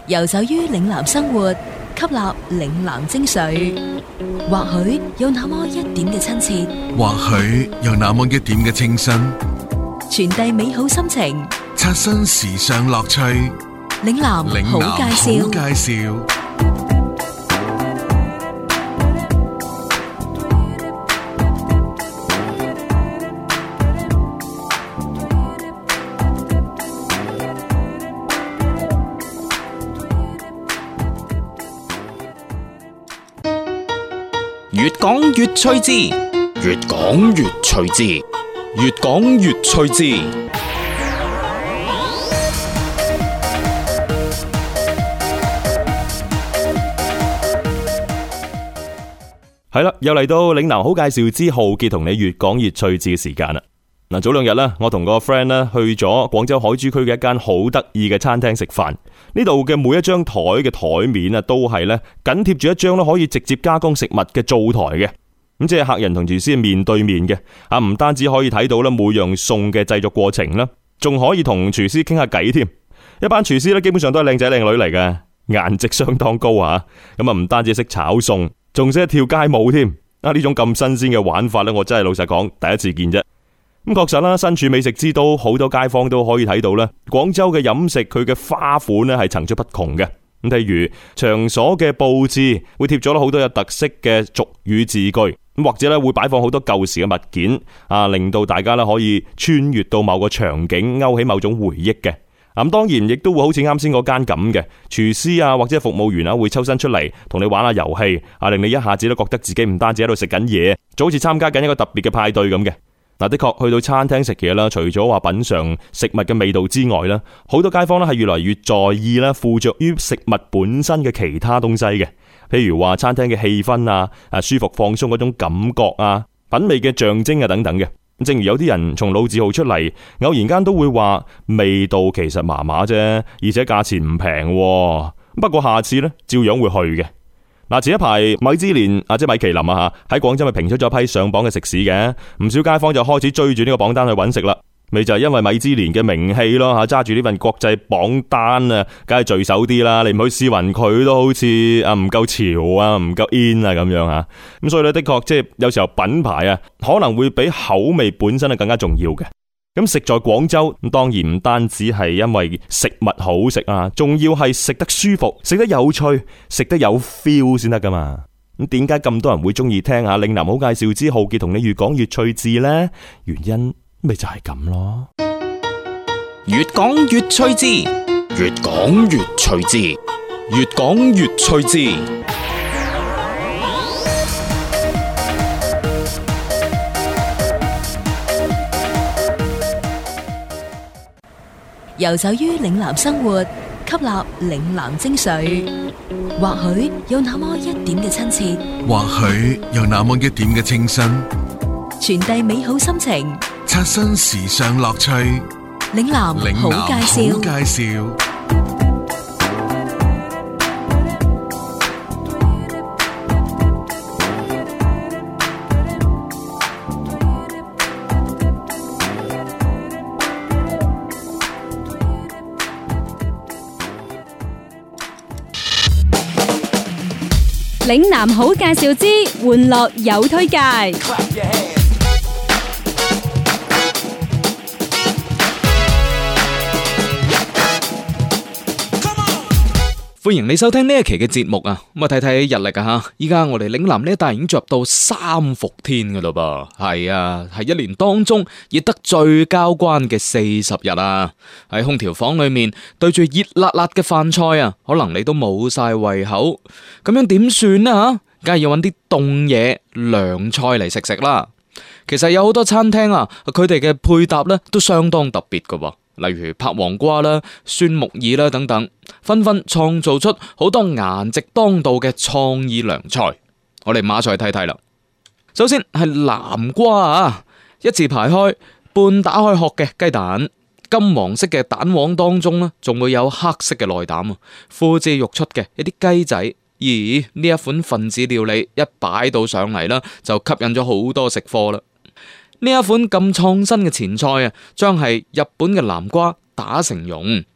遊走於嶺南生活，吸納嶺南精髓，或許有那麼一點嘅親切， 或許有那麼一點嘅清新， 傳遞美好心情， 刷新時尚樂趣。 嶺南好介紹。 越講越趣致，越講越趣致，越講越趣致。 係啦，又嚟到嶺南好介紹之浩傑同你越講越趣致嘅時間啦。嗱，早兩日咧，我同個 friend 咧去咗廣州海珠區嘅一間好得意嘅餐廳食飯。呢度嘅每一張台嘅台面啊，都係咧緊貼住一張咧可以直接加工食物嘅灶台嘅。咁即係客人同廚師面對面嘅，唔單止可以睇到咧每樣餸嘅製作過程啦，仲可以同廚師傾下偈添。一班廚師咧基本上都係靚仔靚女嚟嘅，顏值相當高啊！咁唔單止識炒餸，仲識跳街舞添。呢種咁新鮮嘅玩法咧，我真係老實講第一次見啫。咁確實啦，身處美食之都，好多街坊都可以睇到咧。廣州嘅飲食佢嘅花款咧係層出不窮嘅。咁譬如場所嘅佈置會貼咗好多有特色嘅俗語字句，咁或者咧會擺放好多舊時嘅物件令到大家咧可以穿越到某個場景，勾起某種回憶嘅。咁當然亦都會好似啱先嗰間咁嘅廚師或者服務員會抽身出嚟同你玩下遊戲，令你一下子都覺得自己唔單止喺度食緊嘢，就好似參加緊一個特別嘅派對咁嘅。嗱，的確去到餐廳食嘢啦，除咗話品嘗食物嘅味道之外啦，好多街坊咧係越來越在意啦，附着於食物本身嘅其他東西嘅，譬如話餐廳嘅氣氛舒服放鬆嗰種感覺品味嘅象徵等等嘅。正如有啲人從老字號出嚟，偶然間都會話味道其實麻麻啫，而且價錢唔平，不過下次咧照樣會去嘅。嗱，前一排米芝蓮即係米其林喺廣州咪評出咗一批上榜嘅食肆嘅，唔少街坊就開始追住呢個榜單去揾食啦。咪就係因為米芝蓮嘅名氣咯，揸住呢份國際榜單梗係聚手啲啦。你唔去試勻佢都好似唔夠潮唔夠 in 咁樣咁所以咧，的確即係有時候品牌可能會比口味本身更加重要嘅。咁食在廣州，當然唔單止係因為食物好食仲要係食得舒服、食得有趣、食得有 feel 先得噶嘛。咁點解咁多人會中意聽下嶺南好介紹之浩傑同你越講越趣致呢？原因咪就係咁咯。 越講越趣致，越講越趣致，越講越趣致。 遊走於嶺南生活，吸納嶺南精髓，或許有那麼一點嘅親切， 或許有那麼一點嘅清新， 傳遞美好心情， 刷新時尚樂趣。 嶺南好介紹。 嶺南好介紹之玩樂有推介。 歡迎你收聽呢一期嘅節目啊！咁睇睇日曆吓，依家我哋嶺南呢一帶已經進入到三伏天噶啦噃，係一年當中熱得最交關嘅40日啊！喺空調房裏面對住熱辣辣嘅飯菜可能你都冇晒胃口，咁樣點算呢吓？梗係要揾啲凍嘢涼菜嚟食食啦。其實有好多餐廳佢哋嘅配搭呢都相當特別噶噃。例如拍黃瓜啦、酸木耳啦等等，紛紛創造出好多顏值當道嘅創意涼菜。我哋馬上去睇睇啦。首先係南瓜一字排開，半打開殼嘅雞蛋，金黃色嘅蛋黃當中呢，仲會有黑色嘅內膽，呼之欲出嘅一啲雞仔。咦，呢一款分子料理一擺到上嚟啦，就吸引咗好多食貨啦。呢一款咁創新嘅前菜將係日本嘅南瓜打成蓉，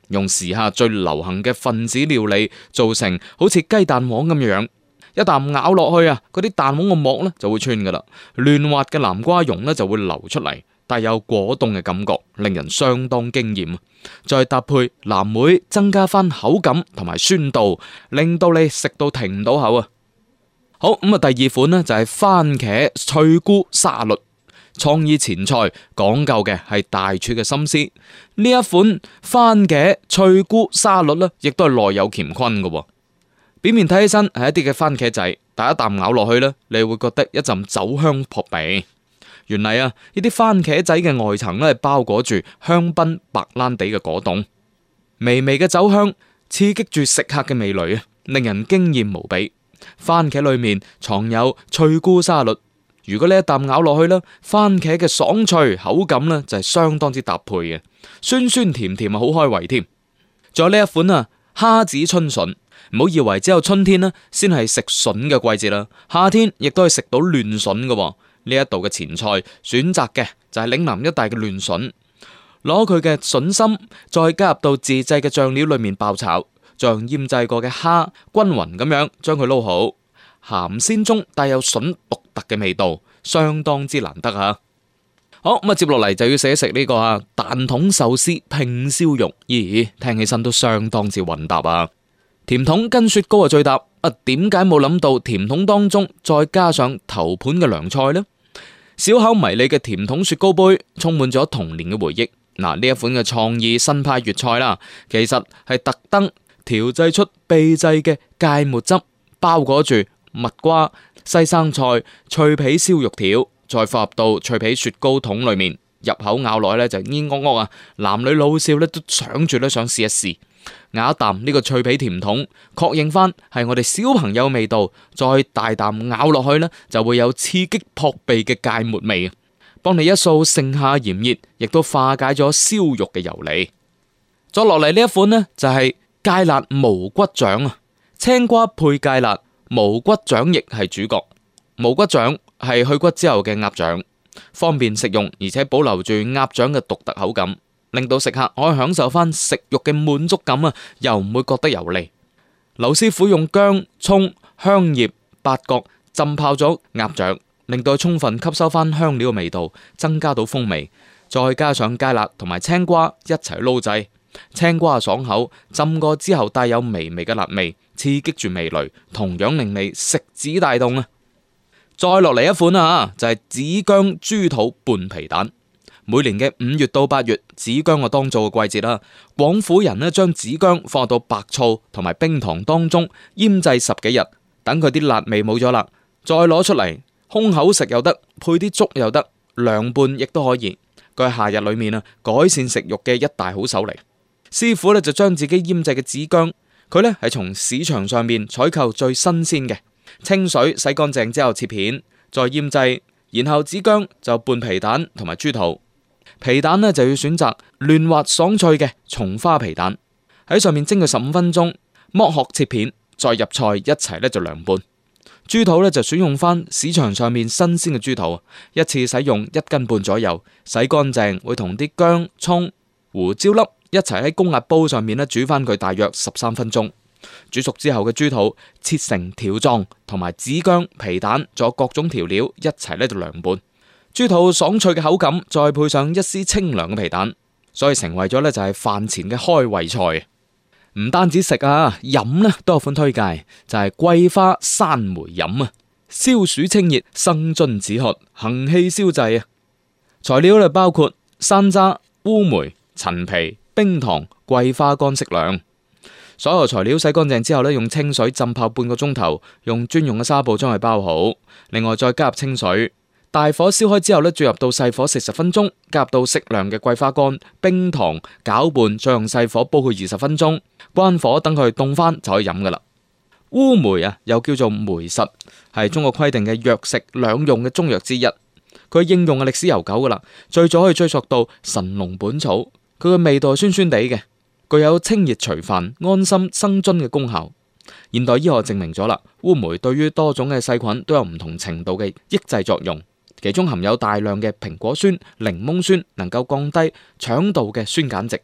用時下最流行嘅分子料理做成好似雞蛋黃咁樣，一啖咬落去啊，嗰啲蛋黃個膜呢就會穿噶啦，嫩滑嘅南瓜蓉呢就會流出嚟，帶有果凍嘅感覺，令人相當驚艷。再搭配藍莓，增加翻口感同埋酸度，令到你食到停唔到口啊！好咁啊，第二款呢就係番茄脆菇沙律。創意前菜講究嘅係大廚嘅心思，呢一款番茄脆菇沙律呢，亦都係內有乾坤嘅。表面睇起身係一啲嘅番茄仔，但一啖咬落去呢，你會覺得一陣酒香撲鼻。原嚟啊，呢啲番茄仔嘅外層呢係包裹住香檳白蘭地嘅果凍，微微嘅酒香刺激住食客嘅味蕾啊，令人驚艷無比。番茄裏面藏有脆菇沙律。如果你一啖咬落去啦，番茄嘅爽脆口感呢就係相當之搭配嘅，酸酸甜甜啊，好開胃添。仲有呢一款啊，蝦子春筍，唔好以為只有春天呢先係食筍嘅季節啦，夏天亦都係食到嫩筍嘅。呢一道嘅前菜選擇嘅就係嶺南一帶嘅嫩筍，攞佢嘅筍心，再加入到自製嘅醬料裏面爆炒，再用醃製過嘅蝦均勻咁樣將佢撈好。鹹鮮中帶有筍獨特嘅味道，相當之難得吓。好咁啊，接落嚟就要食一食呢個蛋筒壽司拼燒肉，咦，聽起身都相當之混搭啊！甜筒跟雪糕啊最搭啊，點解冇諗到甜筒當中再加上頭盤嘅涼菜呢？小巧迷你嘅甜筒雪糕杯，充滿咗童年嘅回憶。嗱，呢一款嘅創意新派粵菜啦，其實係特登調製出秘製嘅芥末汁，包裹住蜜瓜、西生菜、脆皮燒肉條，再放入到脆皮雪糕筒裏面，入口咬落去咧就煙噏噏啊！男女老少咧都搶住咧想試一試，咬一啖呢個脆皮甜筒，確認翻係我哋小朋友嘅味道，再大啖咬落去咧就會有刺激撲鼻嘅芥末味，幫你一掃盛夏炎熱，亦都化解咗燒肉嘅油膩。再落嚟呢一款呢，就係芥辣無骨掌啊，青瓜配芥辣。無骨掌亦係主角，無骨掌係去骨之後嘅鴨掌，方便食用，而且保留住鴨掌嘅獨特口感，令到食客可以享受翻食肉嘅滿足感啊，又唔會覺得油膩。劉師傅用薑、蔥、香葉、八角浸泡咗鴨掌，令到充分吸收翻香料嘅味道，增加到風味，再加上芥辣同埋青瓜一齊撈製，青瓜爽口，浸過之後帶有微微嘅辣味，刺激住味蕾，同樣令你食指大動啊！再落嚟一款啊，就係紫薑豬肚拌皮蛋。每年嘅5月到8月，紫薑當造嘅季節啦，廣府人呢將紫薑放到白醋同埋冰糖當中醃製10幾日，等佢啲辣味冇咗啦，再攞出嚟空口食又得，配啲粥又得，涼拌亦都可以。佢喺夏日裏面啊，改善食慾嘅一大好手嚟。師傅呢就將自己醃製嘅紫薑，佢呢係從市場上面採購最新鮮嘅，清水洗乾淨之後切片，再醃製，然後紫薑就拌皮蛋同埋豬肚。皮蛋呢就要選擇嫩滑爽脆嘅松花皮蛋，喺上面蒸佢15分鐘，剝殼切片，再入菜一齊呢就涼拌。豬肚呢就選用翻市場上面新鮮嘅豬肚，一次使用1斤半左右，洗乾淨會同啲薑、蔥、胡椒粒一齊喺高壓煲上面煮翻佢大約13分鐘。煮熟之後嘅豬肚切成條狀，同埋紫薑、皮蛋仲有各種調料一齊呢就涼拌。豬肚爽脆嘅口感，再配上一絲清涼嘅皮蛋，所以成為咗呢就係飯前嘅開胃菜。唔單止食啊，飲呢都有款推介，就係桂花山梅飲啊，消暑清熱、生津止渴、行氣消滯啊。材料呢包括山楂、烏梅、陳皮、冰糖、桂花乾適量。所有材料洗乾淨之後呢，用清水浸泡半個鐘頭，用專用嘅紗布將佢包好。另外再加入清水，大火燒開之後呢，轉入到細火40分鐘，加入到適量嘅桂花乾、冰糖攪拌，再用細火煲佢20分鐘，關火等佢凍翻就可以飲噶啦。烏梅啊，又叫做梅實，係中國規定嘅藥食兩用嘅中藥之一。佢應用嘅歷史悠久噶啦，最早可以追溯到《神農本草》，佢嘅味道酸酸地嘅，具有清熱除煩、安心生津嘅功效。現代醫學證明咗啦，烏梅對於多種嘅細菌都有唔同程度嘅抑制作用。其中含有大量嘅蘋果酸、檸檬酸，能夠降低腸道嘅酸鹼值，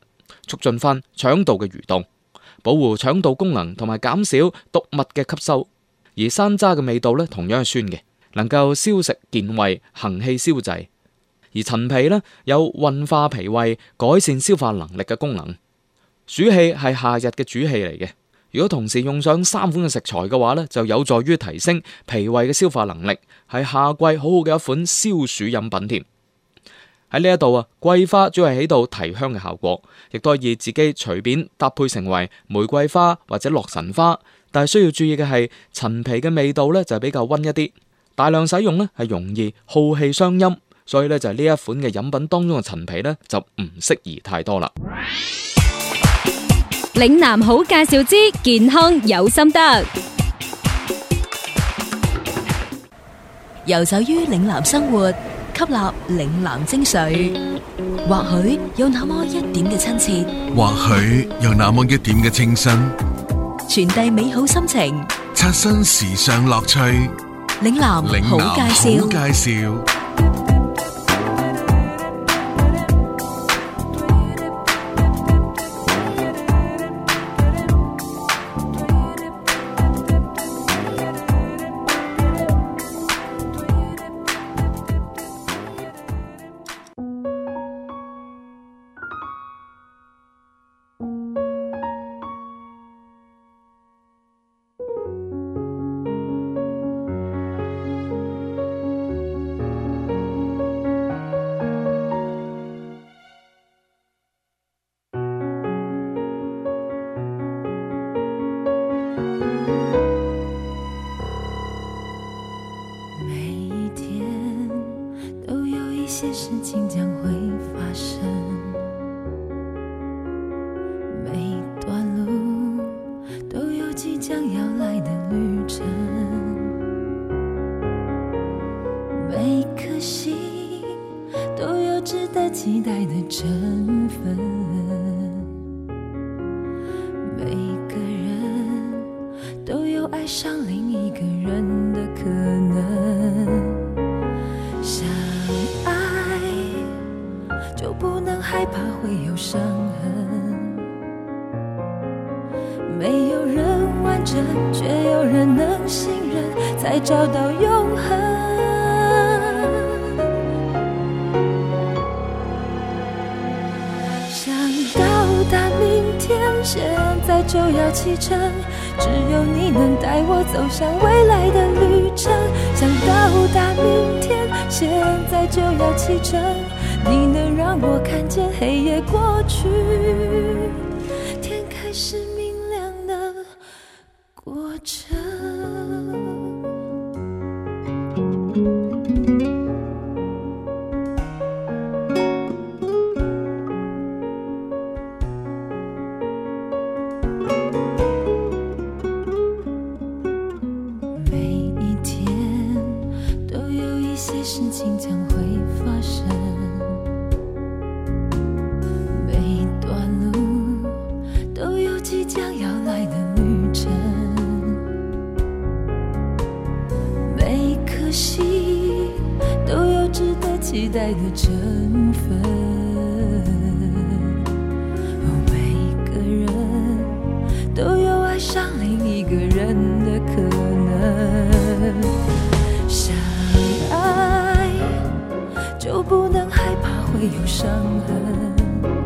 促進翻腸道嘅蠕動，保護腸道功能同埋減少毒物嘅吸收。而山楂嘅味道咧同樣係酸嘅，能夠消食健胃、行氣消滯。而陳皮咧有運化脾胃、改善消化能力嘅功能。暑氣係夏日嘅主氣嚟嘅，如果同時用上3款嘅食材嘅話咧，就有助於提升脾胃嘅消化能力，係夏季好好嘅一款消暑飲品添。喺呢一度啊，桂花主要係起到提香嘅效果，亦都可以自己隨便搭配成為玫瑰花或者洛神花。但係需要注意嘅係，陳皮嘅味道咧就比較溫一啲，大量使用咧係容易耗氣傷陰，所以咧就係呢一款嘅飲品當中嘅陳皮咧就唔適宜太多啦。 嶺南好介紹之健康有心得， 遊走於嶺南生活，吸納嶺南精髓，或許有那麼一點嘅親切， 或許有那麼一點嘅清新， 傳遞美好心情， 刷新時尚樂趣。 嶺南好介紹。 好介紹。 些事情将会发生，每一段路都有即将要来的旅程，每一颗心都有值得期待的成分，每一个人都有爱上另一个人的可能。就不能害怕会有伤痕，没有人完整，却有人能信任，才找到永恒。想到达明天，现在就要启程，只有你能带我走向未来的旅程。想到达明天，现在就要启程，你能让我看见黑夜过去，天开始明亮的过程。每一天都有一些事情将会发生，即将要来的旅程，每一颗心都有值得期待的成分，每一个人都有爱上另一个人的可能。相爱就不能害怕会有伤痕，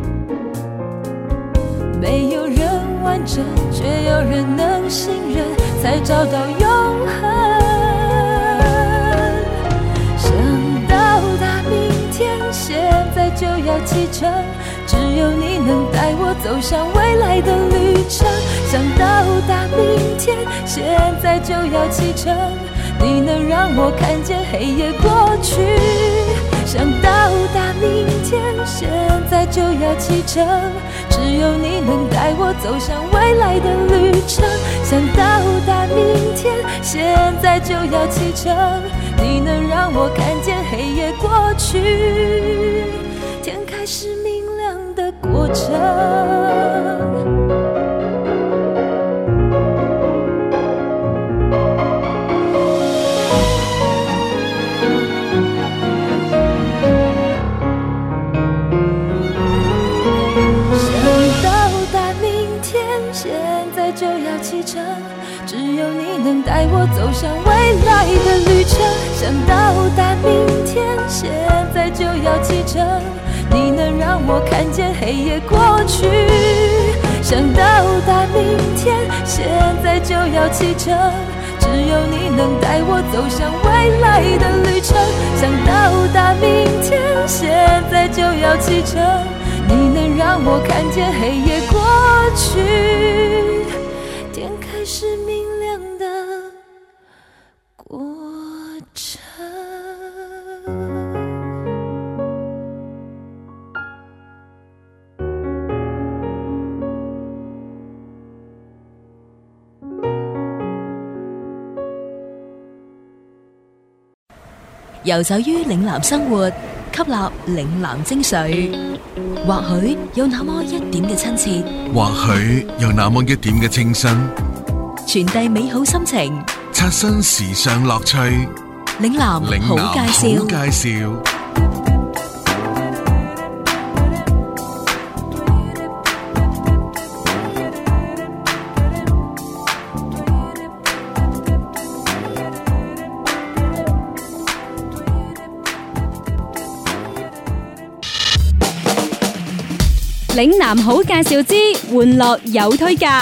没有人完整，却有人能信任，才找到永恒。想到达明天，现在就要启程，只有你能带我走向未来的旅程。想到达明天，现在就要启程，你能让我看见黑夜过去。想到达明天，现在就要启程，只有你能带我走向未来的旅程。想到达明天，现在就要启程，你能让我看见黑夜过去，天开始明亮的过程。想要启程，只有你能带我走向未来的旅程。想到达明天，现在就要启程，你能让我看见黑夜过去。想到达明天，现在就要启程，只有你能带我走向未来的旅程。想到达明天，现在就要启程，你能让我看见黑夜过去，天开始明亮的过程。 遊走於嶺南生活，吸納嶺南精髓，或許有那麼一點嘅親切， 或許有那麼一點嘅清新， 傳遞美好心情， 刷新時尚樂趣。 嶺南好介紹。 嶺南好介紹之，玩樂有推介。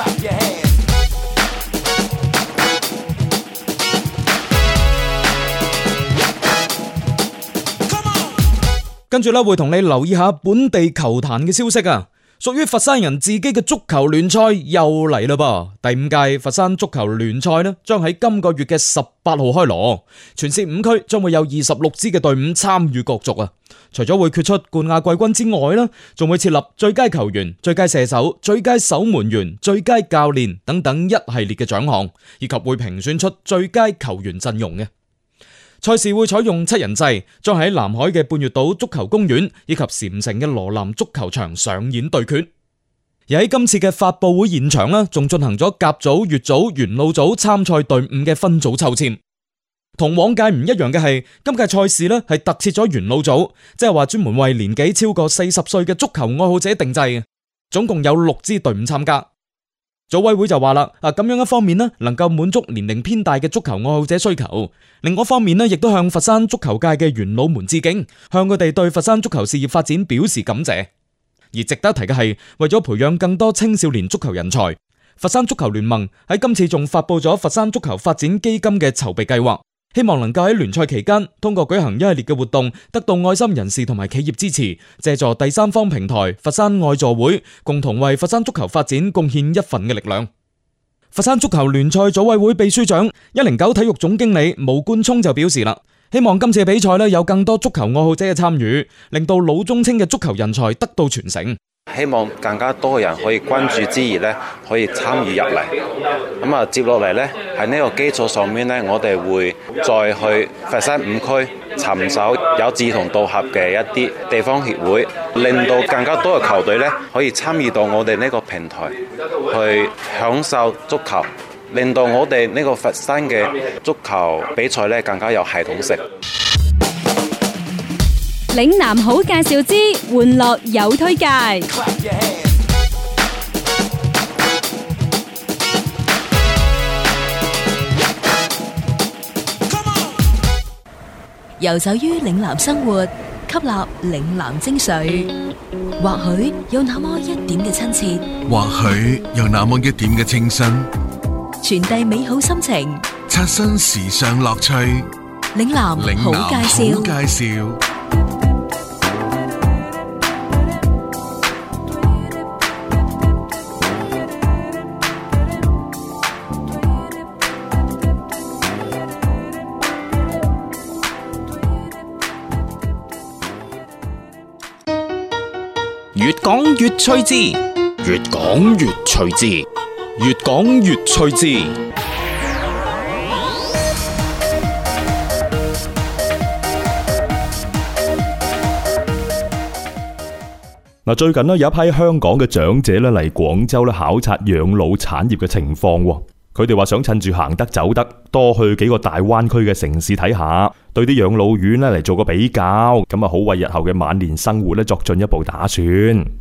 跟住咧，會同你留意下本地球壇嘅消息啊！屬於佛山人自己嘅足球聯賽又嚟啦噃！第5屆佛山足球聯賽呢，將喺今個月嘅18號開鑼，全市5區將會有26支嘅隊伍參與角逐啊！除咗會決出冠亞季軍之外呢，仲會設立最佳球員、最佳射手、最佳守門員、最佳教練等等一系列嘅獎項，以及會評選出最佳球員陣容嘅。賽事會採用7人制，將喺南海嘅半月島足球公園以及禪城嘅羅南足球場上演對決。而喺今次嘅發佈會現場呢，仲進行咗甲組、乙組、元老組參賽隊伍嘅分組抽籤。同往屆唔一樣嘅係，今屆賽事呢係特設咗元老組，即係話專門為年紀超過40歲嘅足球愛好者定制嘅，總共有6支隊伍參加。組委會就話啦，咁樣一方面呢，能夠滿足年齡偏大嘅足球愛好者需求，另外一方面呢，亦都向佛山足球界嘅元老們致敬，向佢哋對佛山足球事業發展表示感謝。而值得一提嘅係，為咗培養更多青少年足球人才，佛山足球聯盟喺今次仲發佈咗佛山足球發展基金嘅籌備計劃，希望能夠喺聯賽期間通過舉行一系列嘅活動，得到愛心人士同埋企業支持，借助第三方平台佛山愛助會，共同為佛山足球發展貢獻一份嘅力量。佛山足球聯賽組委會秘書長109體育總經理毛冠聰就表示啦，希望今次嘅比賽有更多足球愛好者嘅參與，令到老中青嘅足球人才得到傳承。 希望更加多嘅人可以關注之餘呢，可以參與入嚟。咁啊，接落嚟呢，喺呢個基礎上面呢，我哋會再去佛山5區尋找有志同道合嘅一啲地方協會，令到更加多嘅球隊呢可以參與到我哋呢個平台，去享受足球，令到我哋呢個佛山嘅足球比賽呢更加有系統性。 嶺南好介紹之，玩樂有推介。 遊走於嶺南生活，吸納嶺南精髓，或許有那麼一點嘅親切， 或許有那麼一點嘅清新， 傳遞美好心情， 刷新時尚樂趣。 嶺南好介紹。 越講越趣致，越講越趣致，越講越趣致。 嗱，最近有一批香港嘅長者咧嚟廣州咧考察養老產業嘅情況。佢哋話想趁住行得走得，多去幾個大灣區嘅城市睇下，對啲養老院咧嚟做個比較，咁啊好為日後嘅晚年生活咧作進一步打算。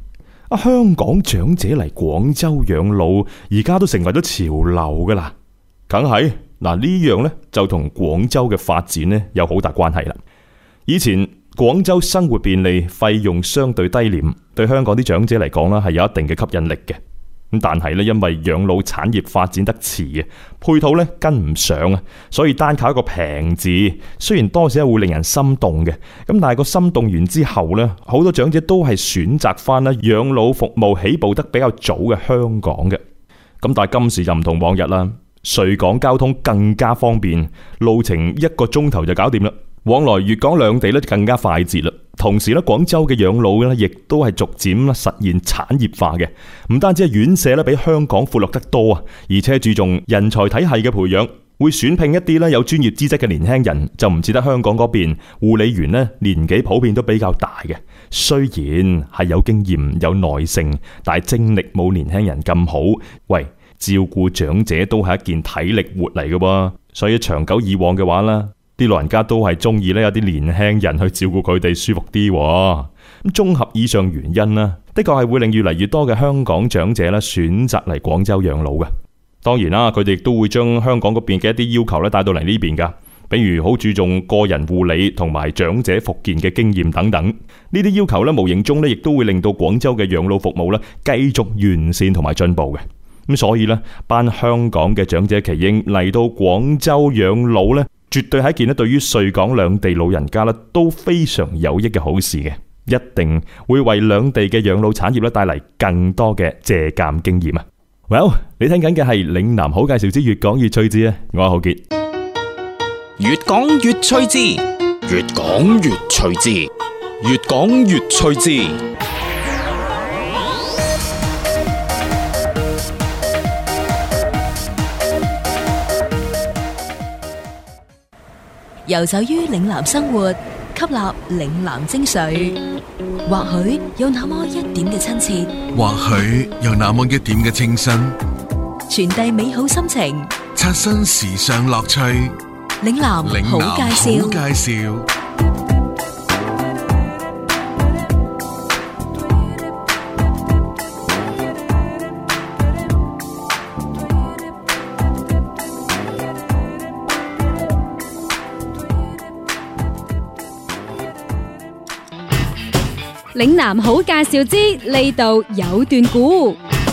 香港長者嚟廣州養老，而家都成為咗潮流噶啦，梗係嗱呢樣呢，就同廣州嘅發展呢有好大關係啦。以前廣州生活便利，費用相對低廉，對香港啲長者嚟講啦係有一定嘅吸引力嘅。咁但係咧，因為養老產業發展得遲啊，配套咧跟唔上啊，所以單靠一個平字，雖然多少會令人心動嘅，咁但係個心動完之後咧，好多長者都係選擇翻咧養老服務起步得比較早嘅香港嘅。咁但係今時就唔同往日啦，穗港交通更加方便，路程1個鐘頭就搞掂啦，往來粵港兩地咧更加快捷啦。同時咧，廣州嘅養老咧，亦都係逐漸實現產業化嘅。唔單止係院舍咧，比香港闊落得多啊，而且注重人才體系嘅培養，會選聘一啲咧有專業資質嘅年輕人，就唔似得香港嗰邊護理員咧年紀普遍都比較大嘅。雖然係有經驗有耐性，但係精力冇年輕人咁好。喂，照顧長者都係一件體力活嚟嘅喎，所以長久以往嘅話咧，啲老人家都係中意咧有啲年輕人去照顧佢哋舒服啲。咁綜合以上原因啦，的確係會令越嚟越多嘅香港長者咧選擇嚟廣州養老嘅。當然啦，佢哋亦都會將香港嗰邊嘅一啲要求咧帶到嚟呢邊噶，比如好注重個人護理同埋長者復健嘅經驗等等。呢啲要求咧無形中咧亦都會令到廣州嘅養老服務咧繼續完善同埋進步嘅。咁所以呢，班香港嘅長者耆英嚟到廣州養老咧，絕對係一件咧對於穗港兩地老人家咧都非常有益嘅好事嘅，一定會為兩地嘅養老產業咧帶嚟更多嘅借鑒經驗啊！Well， 你聽緊嘅係嶺南好介紹之越講越趣致啊！我係浩傑， 越講越趣致，越講越趣致，越講越趣致。 遊走於嶺南生活，吸納嶺南精髓，或許有那麼一點嘅親切， 或許有那麼一點嘅清新， 傳遞美好心情， 刷新時尚樂趣。 嶺南好介紹。 嶺南好介紹之呢度有段古。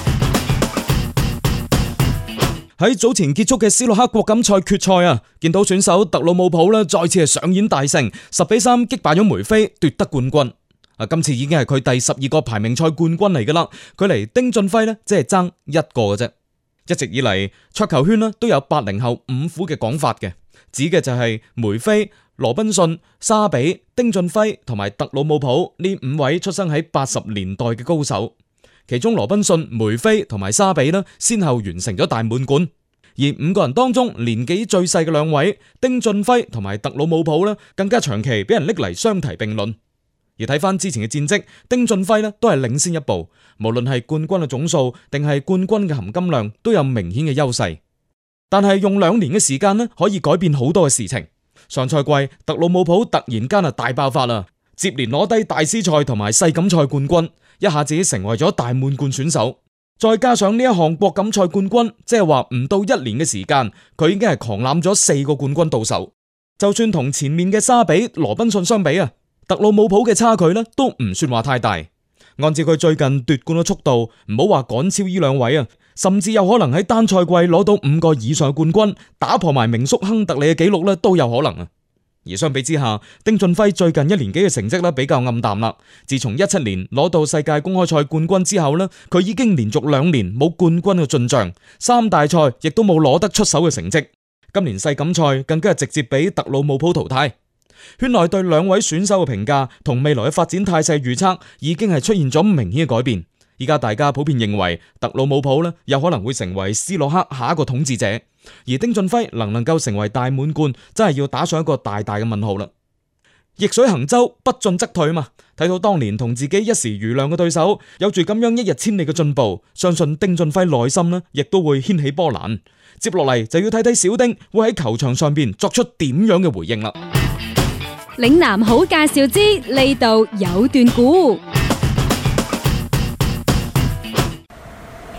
喺早前結束嘅斯洛克國錦賽決賽啊，見到選手特魯姆普咧再次係上演大勝，10-3擊敗咗梅菲奪得冠軍。今次已經係佢第12個排名賽冠軍嚟噶啦，距離丁俊暉咧即係爭一個嘅啫。一直以嚟桌球圈咧都有80後5虎嘅講法嘅，指嘅就係梅菲、羅賓遜、沙比、丁俊暉同埋特魯姆普呢5位出生喺80年代嘅高手。其中羅賓遜、梅菲同埋沙比呢，先後完成咗大滿貫。而5個人當中年紀最細嘅2位，丁俊暉同埋特魯姆普呢，更加長期俾人拎嚟相提並論。而睇翻之前嘅戰績，丁俊暉呢都係領先一步，無論係冠軍嘅總數定係冠軍嘅含金量，都有明顯嘅優勢。但係用2年嘅時間呢，可以改變好多嘅事情。上賽季特魯姆普突然間大爆發啦，接連攞低大師賽同埋世錦賽冠軍，一下子成為咗大滿貫選手。再加上呢一項國錦賽冠軍，即係話唔到1年嘅時間，佢已經係狂攬咗4個冠軍到手。就算同前面嘅沙比、羅賓遜相比啊，特魯姆普嘅差距呢都唔算話太大。按照佢最近奪冠嘅速度，唔好話趕超呢2位啊，甚至有可能喺單賽季攞到5個以上嘅冠軍，打破埋名宿亨特利嘅紀錄呢都有可能啊。而相比之下，丁俊暉最近1年幾嘅成績呢比較暗淡啦。自從17年攞到世界公開賽冠軍之後呢，佢已經連續2年冇冠軍嘅進賬，3大賽亦都冇攞得出手嘅成績。今年世錦賽更加係直接俾特魯姆普淘汰。圈內對2位選手嘅評價同未來嘅發展態勢預測已經係出現咗明顯嘅改變。依家大家普遍認為特魯姆普呢有可能會成為斯洛克下一個統治者，而丁俊暉能唔能夠成為大滿貫，真係要打上一個大大嘅問號啦。逆水行舟，不進則退嘛。睇到當年同自己一時瑜亮嘅對手有住咁樣一日千里嘅進步，相信丁俊暉內心呢亦都會掀起波瀾。接落嚟就要睇睇小丁會喺球場上邊作出點樣嘅回應啦。 嶺南好介紹之呢度有段古。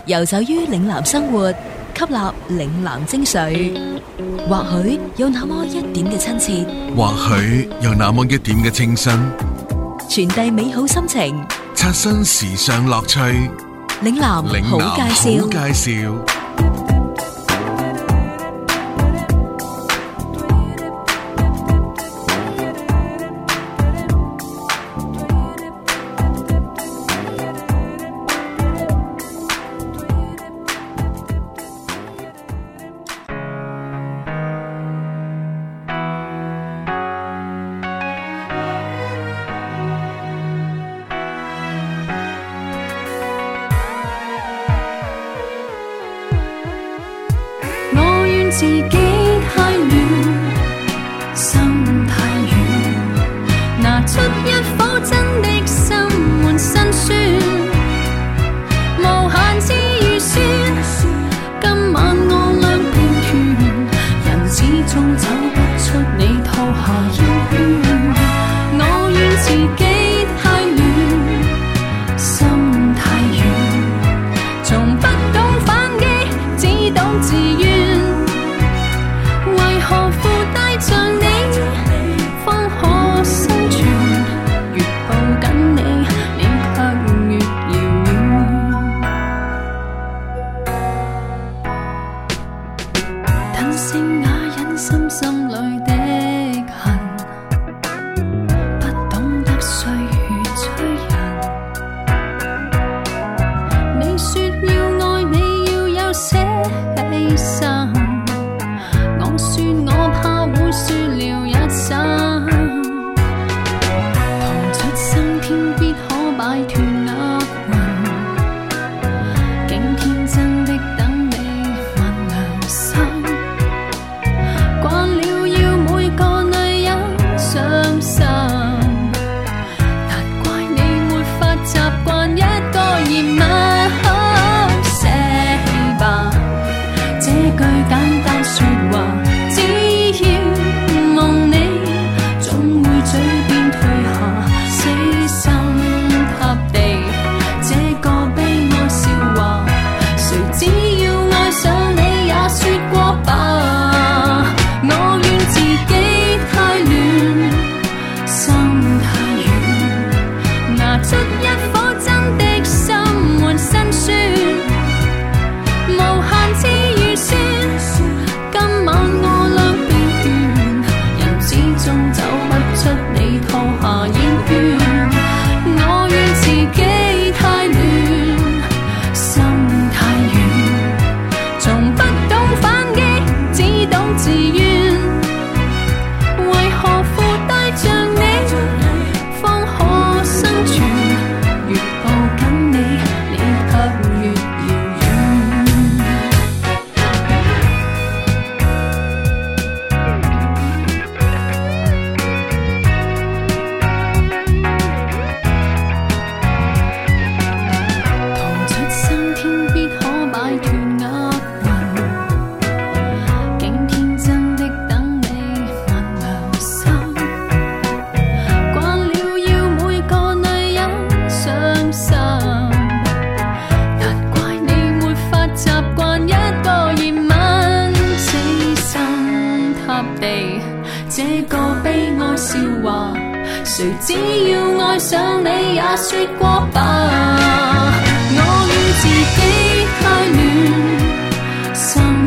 遊走於嶺南生活，吸納嶺南精髓，或許有那麼一點嘅親切， 或許有那麼一點嘅清新， 傳遞美好心情， 刷新時尚樂趣。 嶺南好介紹， 好介紹。 自己太亂，心太軟，拿出一顆真的心換辛酸，無限次預算，今晚我倆變團，人始終走不出你套下煙圈，我怨自己太亂，心太軟，從不懂反擊，只懂自怨。何負帶着你，方可生存。越抱緊你，你卻越遙遠。吞聲啞忍心心裏的恨，不懂得歲月催人。你說要愛你，要有些犧牲。我怕會輸了一生，逃出生天必可擺脫厄運，竟天真的等你問良心，慣了要每個女人傷心，難怪你沒法習慣一個疑問。寫吧，這句簡單說話。嘴邊退下，死心塌地，這個悲哀笑話，誰只要愛上你也說過吧。我怨自己太亂，心太軟，拿出一顆真的心換辛酸，無限次預算，今晚我倆變團，人始終走不出你套下煙圈，我怨自己太亂，心太軟，從不懂反擊，只懂自怨。為何負帶着你，方可生存？越抱緊你，你卻越遙遠。這個悲哀笑話，誰只要愛上你也說過吧。我怨自己太亂，心